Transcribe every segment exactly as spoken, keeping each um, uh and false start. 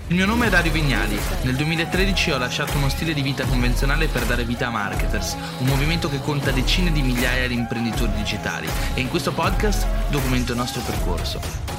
Il mio nome è Dario Vignali. Nel duemilatredici ho lasciato uno stile di vita convenzionale per dare vita a Marketers, un movimento che conta decine di migliaia di imprenditori digitali, e in questo podcast documento il nostro percorso.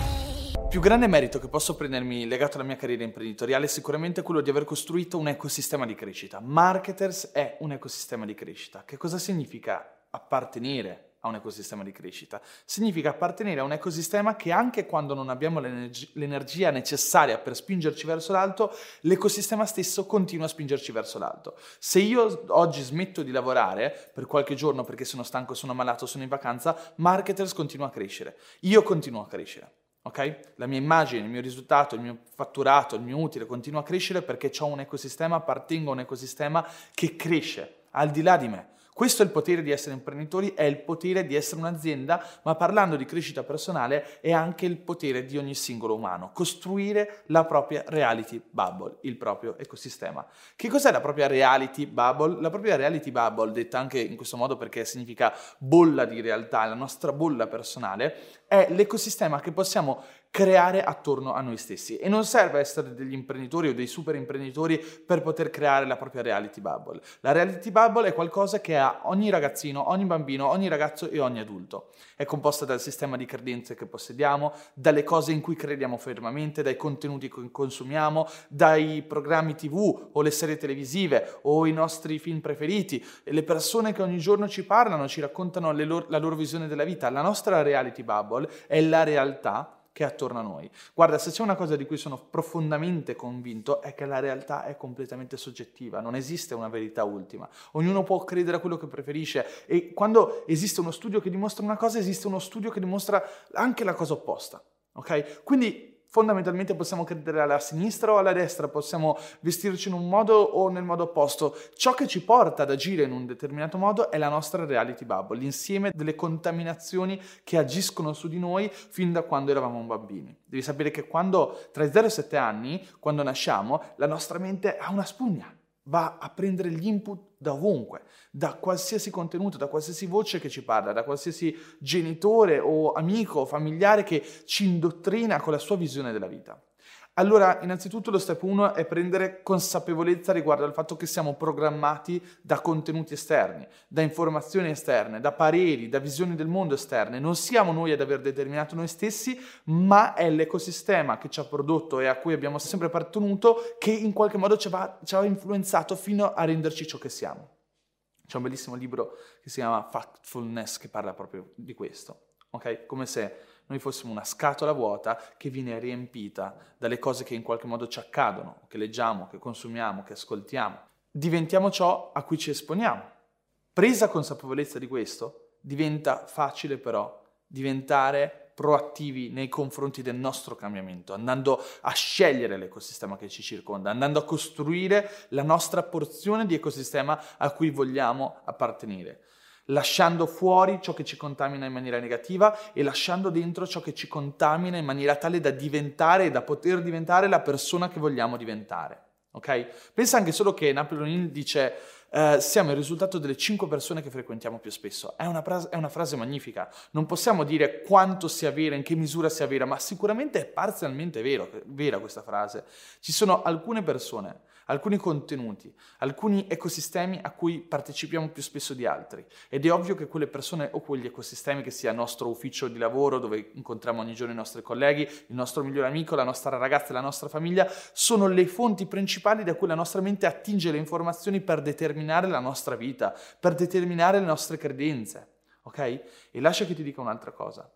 Il più grande merito che posso prendermi legato alla mia carriera imprenditoriale è sicuramente quello di aver costruito un ecosistema di crescita. Marketers è un ecosistema di crescita. Che cosa significa appartenere a un ecosistema di crescita? Significa appartenere a un ecosistema che anche quando non abbiamo l'energi- l'energia necessaria per spingerci verso l'alto, l'ecosistema stesso continua a spingerci verso l'alto. Se io oggi smetto di lavorare per qualche giorno perché sono stanco, sono malato, sono in vacanza, Marketers continua a crescere. Io continuo a crescere. Ok? La mia immagine, il mio risultato, il mio fatturato, il mio utile continua a crescere perché ho un ecosistema, appartengo a un ecosistema che cresce al di là di me. Questo è il potere di essere imprenditori, è il potere di essere un'azienda, ma parlando di crescita personale è anche il potere di ogni singolo umano, costruire la propria reality bubble, il proprio ecosistema. Che cos'è la propria reality bubble? La propria reality bubble, detta anche in questo modo perché significa bolla di realtà, la nostra bolla personale, è l'ecosistema che possiamo creare attorno a noi stessi. E non serve essere degli imprenditori o dei super imprenditori per poter creare la propria reality bubble. La reality bubble è qualcosa che ha ogni ragazzino, ogni bambino, ogni ragazzo e ogni adulto. È composta dal sistema di credenze che possediamo, dalle cose in cui crediamo fermamente, dai contenuti che consumiamo, dai programmi tivù o le serie televisive o i nostri film preferiti, e le persone che ogni giorno ci parlano, ci raccontano le loro, la loro visione della vita. La nostra reality bubble è la realtà che è attorno a noi. Guarda, se c'è una cosa di cui sono profondamente convinto è che la realtà è completamente soggettiva, non esiste una verità ultima. Ognuno può credere a quello che preferisce e quando esiste uno studio che dimostra una cosa, esiste uno studio che dimostra anche la cosa opposta, ok? Quindi fondamentalmente possiamo credere alla sinistra o alla destra, possiamo vestirci in un modo o nel modo opposto. Ciò che ci porta ad agire in un determinato modo è la nostra reality bubble, l'insieme delle contaminazioni che agiscono su di noi fin da quando eravamo bambini. Devi sapere che quando tra i zero e i sette anni, quando nasciamo, la nostra mente ha una spugna, va a prendere gli input da ovunque, da qualsiasi contenuto, da qualsiasi voce che ci parla, da qualsiasi genitore o amico o familiare che ci indottrina con la sua visione della vita. Allora, innanzitutto lo step uno è prendere consapevolezza riguardo al fatto che siamo programmati da contenuti esterni, da informazioni esterne, da pareri, da visioni del mondo esterne. Non siamo noi ad aver determinato noi stessi, ma è l'ecosistema che ci ha prodotto e a cui abbiamo sempre appartenuto che in qualche modo ci ha, ci ha influenzato fino a renderci ciò che siamo. C'è un bellissimo libro che si chiama Factfulness che parla proprio di questo, ok? Come se noi fossimo una scatola vuota che viene riempita dalle cose che in qualche modo ci accadono, che leggiamo, che consumiamo, che ascoltiamo. Diventiamo ciò a cui ci esponiamo. Presa consapevolezza di questo, diventa facile però diventare proattivi nei confronti del nostro cambiamento, andando a scegliere l'ecosistema che ci circonda, andando a costruire la nostra porzione di ecosistema a cui vogliamo appartenere, lasciando fuori ciò che ci contamina in maniera negativa e lasciando dentro ciò che ci contamina in maniera tale da diventare e da poter diventare la persona che vogliamo diventare. Ok? Pensa anche solo che Napoleon Hill dice Uh, siamo il risultato delle cinque persone che frequentiamo più spesso. È una, frase, è una frase magnifica. Non possiamo dire quanto sia vera, in che misura sia vera, ma sicuramente è parzialmente vero, vera questa frase. Ci sono alcune persone, alcuni contenuti, alcuni ecosistemi a cui partecipiamo più spesso di altri. Ed è ovvio che quelle persone o quegli ecosistemi, che sia il nostro ufficio di lavoro dove incontriamo ogni giorno i nostri colleghi, il nostro migliore amico, la nostra ragazza e la nostra famiglia, sono le fonti principali da cui la nostra mente attinge le informazioni per determinare la nostra vita, per determinare le nostre credenze, ok? E lascia che ti dica un'altra cosa.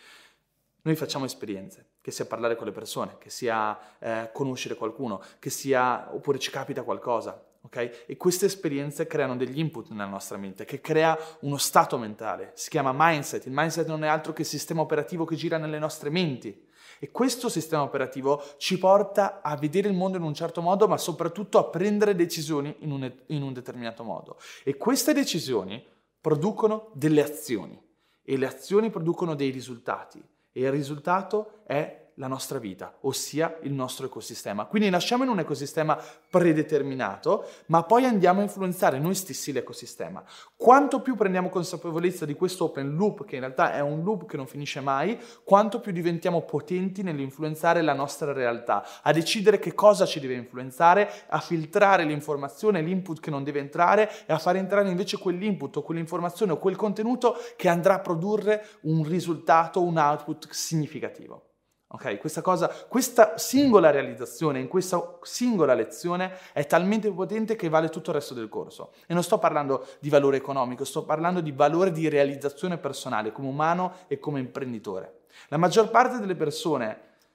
Noi facciamo esperienze, che sia parlare con le persone, che sia eh, conoscere qualcuno, che sia oppure ci capita qualcosa, ok? E queste esperienze creano degli input nella nostra mente, che crea uno stato mentale, si chiama mindset. Il mindset non è altro che il sistema operativo che gira nelle nostre menti. E questo sistema operativo ci porta a vedere il mondo in un certo modo, ma soprattutto a prendere decisioni in un, in un determinato modo. E queste decisioni producono delle azioni e le azioni producono dei risultati. E il risultato è la nostra vita, ossia il nostro ecosistema. Quindi nasciamo in un ecosistema predeterminato, ma poi andiamo a influenzare noi stessi l'ecosistema. Quanto più prendiamo consapevolezza di questo open loop, che in realtà è un loop che non finisce mai, quanto più diventiamo potenti nell'influenzare la nostra realtà, a decidere che cosa ci deve influenzare, a filtrare l'informazione, l'input che non deve entrare e a fare entrare invece quell'input o quell'informazione o quel contenuto che andrà a produrre un risultato, un output significativo. Ok, questa cosa, questa singola realizzazione in questa singola lezione è talmente potente che vale tutto il resto del corso. E non sto parlando di valore economico, sto parlando di valore di realizzazione personale come umano e come imprenditore. La maggior parte delle persone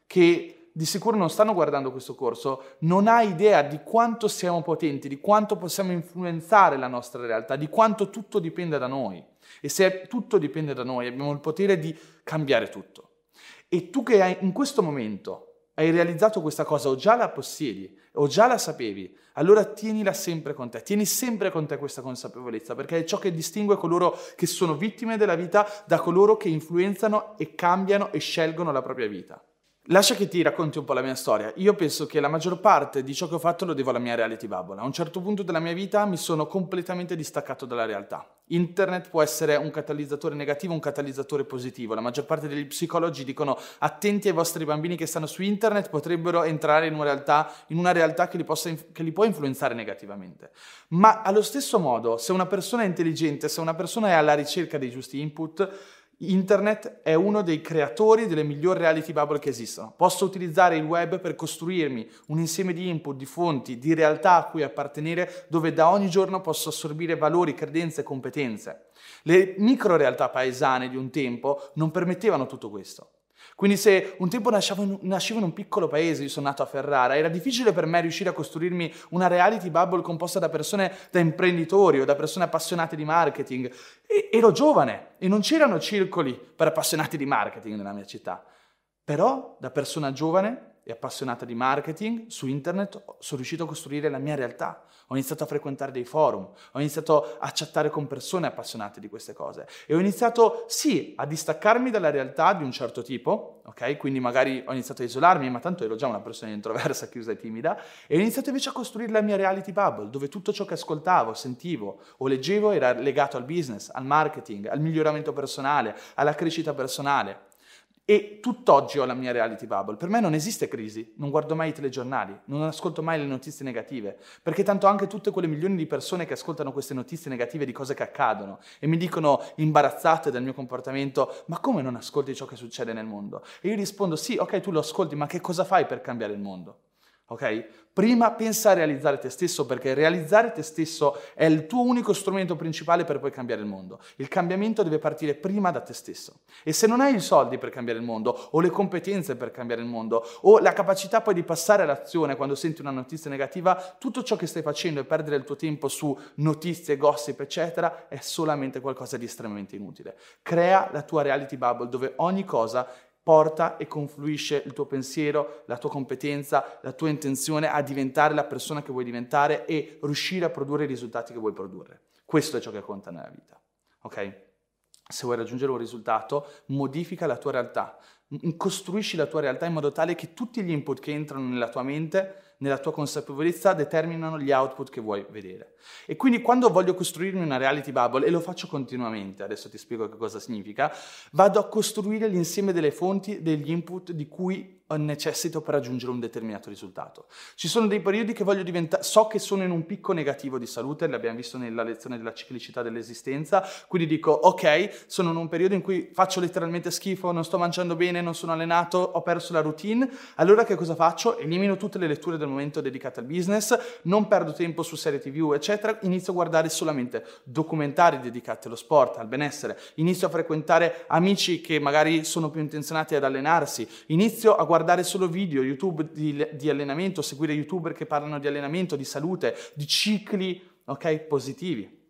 che di sicuro non stanno guardando questo corso non ha idea di quanto siamo potenti, di quanto possiamo influenzare la nostra realtà, di quanto tutto dipende da noi. E se tutto dipende da noi abbiamo il potere di cambiare tutto. E tu che hai, in questo momento hai realizzato questa cosa o già la possiedi o già la sapevi, allora tienila sempre con te, tieni sempre con te questa consapevolezza, perché è ciò che distingue coloro che sono vittime della vita da coloro che influenzano e cambiano e scelgono la propria vita. Lascia che ti racconti un po' la mia storia. Io penso che la maggior parte di ciò che ho fatto lo devo alla mia reality bubble. A un certo punto della mia vita mi sono completamente distaccato dalla realtà. Internet può essere un catalizzatore negativo, un catalizzatore positivo. La maggior parte degli psicologi dicono attenti ai vostri bambini che stanno su internet, potrebbero entrare in una realtà, in una realtà che li, possa, che li può influenzare negativamente. Ma allo stesso modo, se una persona è intelligente, se una persona è alla ricerca dei giusti input, Internet è uno dei creatori delle migliori reality bubble che esistono. Posso utilizzare il web per costruirmi un insieme di input, di fonti, di realtà a cui appartenere, dove da ogni giorno posso assorbire valori, credenze e competenze. Le micro realtà paesane di un tempo non permettevano tutto questo. Quindi se un tempo nascevo in, nascevo in un piccolo paese, io sono nato a Ferrara, era difficile per me riuscire a costruirmi una reality bubble composta da persone, da imprenditori o da persone appassionate di marketing. E, ero giovane e non c'erano circoli per appassionati di marketing nella mia città. Però da persona giovane e appassionata di marketing su internet sono riuscito a costruire la mia realtà. Ho iniziato a frequentare dei forum, ho iniziato a chattare con persone appassionate di queste cose e ho iniziato, sì, a distaccarmi dalla realtà di un certo tipo, ok? Quindi magari ho iniziato a isolarmi, ma tanto ero già una persona introversa, chiusa e timida, e ho iniziato invece a costruire la mia reality bubble, dove tutto ciò che ascoltavo, sentivo o leggevo era legato al business, al marketing, al miglioramento personale, alla crescita personale. E tutt'oggi ho la mia reality bubble. Per me non esiste crisi, non guardo mai i telegiornali, non ascolto mai le notizie negative, perché tanto anche tutte quelle milioni di persone che ascoltano queste notizie negative di cose che accadono e mi dicono imbarazzate dal mio comportamento, ma come non ascolti ciò che succede nel mondo? E io rispondo sì, ok, tu lo ascolti, ma che cosa fai per cambiare il mondo? Ok? Prima pensa a realizzare te stesso, perché realizzare te stesso è il tuo unico strumento principale per poi cambiare il mondo. Il cambiamento deve partire prima da te stesso. E se non hai i soldi per cambiare il mondo, o le competenze per cambiare il mondo, o la capacità poi di passare all'azione quando senti una notizia negativa, tutto ciò che stai facendo e perdere il tuo tempo su notizie, gossip, eccetera, è solamente qualcosa di estremamente inutile. Crea la tua reality bubble dove ogni cosa porta e confluisce il tuo pensiero, la tua competenza, la tua intenzione a diventare la persona che vuoi diventare e riuscire a produrre i risultati che vuoi produrre. Questo è ciò che conta nella vita, ok? Se vuoi raggiungere un risultato, modifica la tua realtà, costruisci la tua realtà in modo tale che tutti gli input che entrano nella tua mente, nella tua consapevolezza, determinano gli output che vuoi vedere. E quindi quando voglio costruirmi una reality bubble, e lo faccio continuamente, adesso ti spiego che cosa significa, vado a costruire l'insieme delle fonti, degli input di cui necessito per raggiungere un determinato risultato. Ci sono dei periodi che voglio diventare, so che sono in un picco negativo di salute, l'abbiamo visto nella lezione della ciclicità dell'esistenza, quindi dico ok, sono in un periodo in cui faccio letteralmente schifo, non sto mangiando bene, non sono allenato, ho perso la routine, allora che cosa faccio? Elimino tutte le letture del momento dedicate al business, non perdo tempo su serie tv eccetera, inizio a guardare solamente documentari dedicati allo sport, al benessere, inizio a frequentare amici che magari sono più intenzionati ad allenarsi, inizio a guardare solo video YouTube di, di allenamento, seguire youtuber che parlano di allenamento, di salute, di cicli, ok, positivi,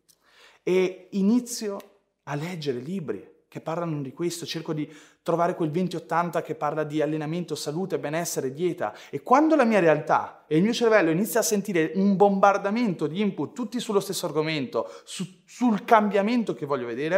e inizio a leggere libri che parlano di questo, cerco di trovare quel venti ottanta che parla di allenamento, salute, benessere, dieta, e quando la mia realtà e il mio cervello inizia a sentire un bombardamento di input tutti sullo stesso argomento, su, sul cambiamento che voglio vedere,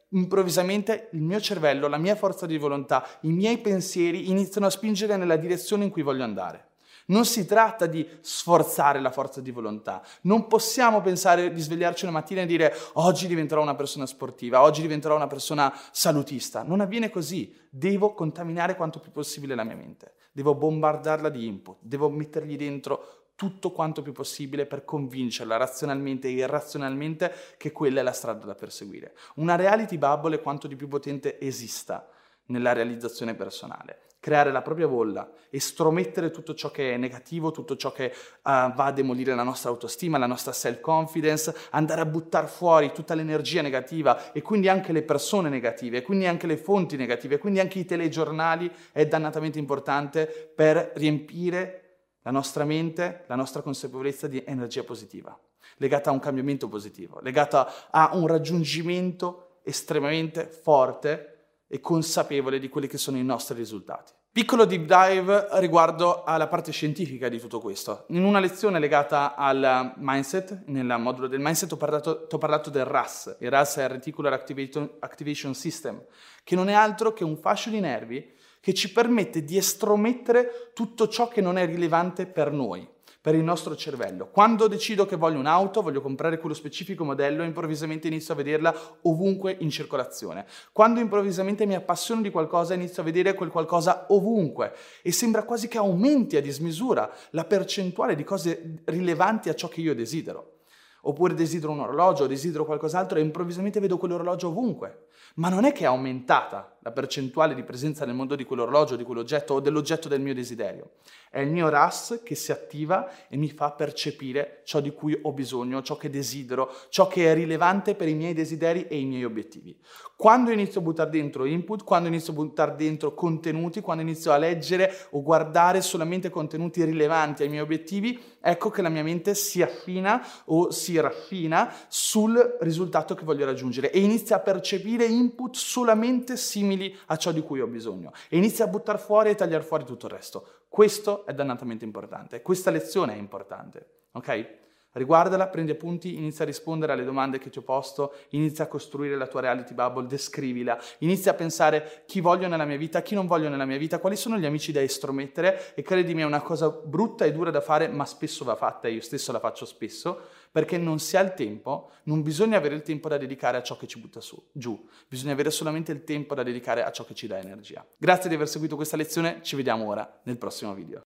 improvvisamente il mio cervello, la mia forza di volontà, i miei pensieri iniziano a spingere nella direzione in cui voglio andare. Non si tratta di sforzare la forza di volontà. Non possiamo pensare di svegliarci una mattina e dire oggi diventerò una persona sportiva, oggi diventerò una persona salutista. Non avviene così. Devo contaminare quanto più possibile la mia mente. Devo bombardarla di input. Devo mettergli dentro tutto quanto più possibile per convincerla razionalmente e irrazionalmente che quella è la strada da perseguire. Una reality bubble è quanto di più potente esista nella realizzazione personale. Creare la propria bolla, estromettere tutto ciò che è negativo, tutto ciò che uh, va a demolire la nostra autostima, la nostra self-confidence, andare a buttare fuori tutta l'energia negativa e quindi anche le persone negative, e quindi anche le fonti negative, e quindi anche i telegiornali è dannatamente importante per riempire la nostra mente, la nostra consapevolezza di energia positiva, legata a un cambiamento positivo, legata a un raggiungimento estremamente forte e consapevole di quelli che sono i nostri risultati. Piccolo deep dive riguardo alla parte scientifica di tutto questo. In una lezione legata al mindset, nel modulo del mindset, ho parlato, ho parlato del R A S. Il R A S è il Reticular Activation, Activation System, che non è altro che un fascio di nervi che ci permette di estromettere tutto ciò che non è rilevante per noi, per il nostro cervello. Quando decido che voglio un'auto, voglio comprare quello specifico modello, improvvisamente inizio a vederla ovunque in circolazione. Quando improvvisamente mi appassiono di qualcosa, inizio a vedere quel qualcosa ovunque e sembra quasi che aumenti a dismisura la percentuale di cose rilevanti a ciò che io desidero. Oppure desidero un orologio, desidero qualcos'altro e improvvisamente vedo quell'orologio ovunque. Ma non è che è aumentata la percentuale di presenza nel mondo di quell'orologio, di quell'oggetto o dell'oggetto del mio desiderio. È il mio R A S che si attiva e mi fa percepire ciò di cui ho bisogno, ciò che desidero, ciò che è rilevante per i miei desideri e i miei obiettivi. Quando inizio a buttare dentro input, quando inizio a buttare dentro contenuti, quando inizio a leggere o guardare solamente contenuti rilevanti ai miei obiettivi, ecco che la mia mente si affina o si raffina sul risultato che voglio raggiungere e inizia a percepire input solamente simili a ciò di cui ho bisogno e inizia a buttare fuori e tagliare fuori tutto il resto. Questo è dannatamente importante, questa lezione è importante, ok? Riguardala, prendi appunti, inizia a rispondere alle domande che ti ho posto, inizia a costruire la tua reality bubble, descrivila, inizia a pensare chi voglio nella mia vita, chi non voglio nella mia vita, quali sono gli amici da estromettere e credimi è una cosa brutta e dura da fare ma spesso va fatta e io stesso la faccio spesso perché non si ha il tempo, non bisogna avere il tempo da dedicare a ciò che ci butta su, giù, bisogna avere solamente il tempo da dedicare a ciò che ci dà energia. Grazie di aver seguito questa lezione, ci vediamo ora nel prossimo video.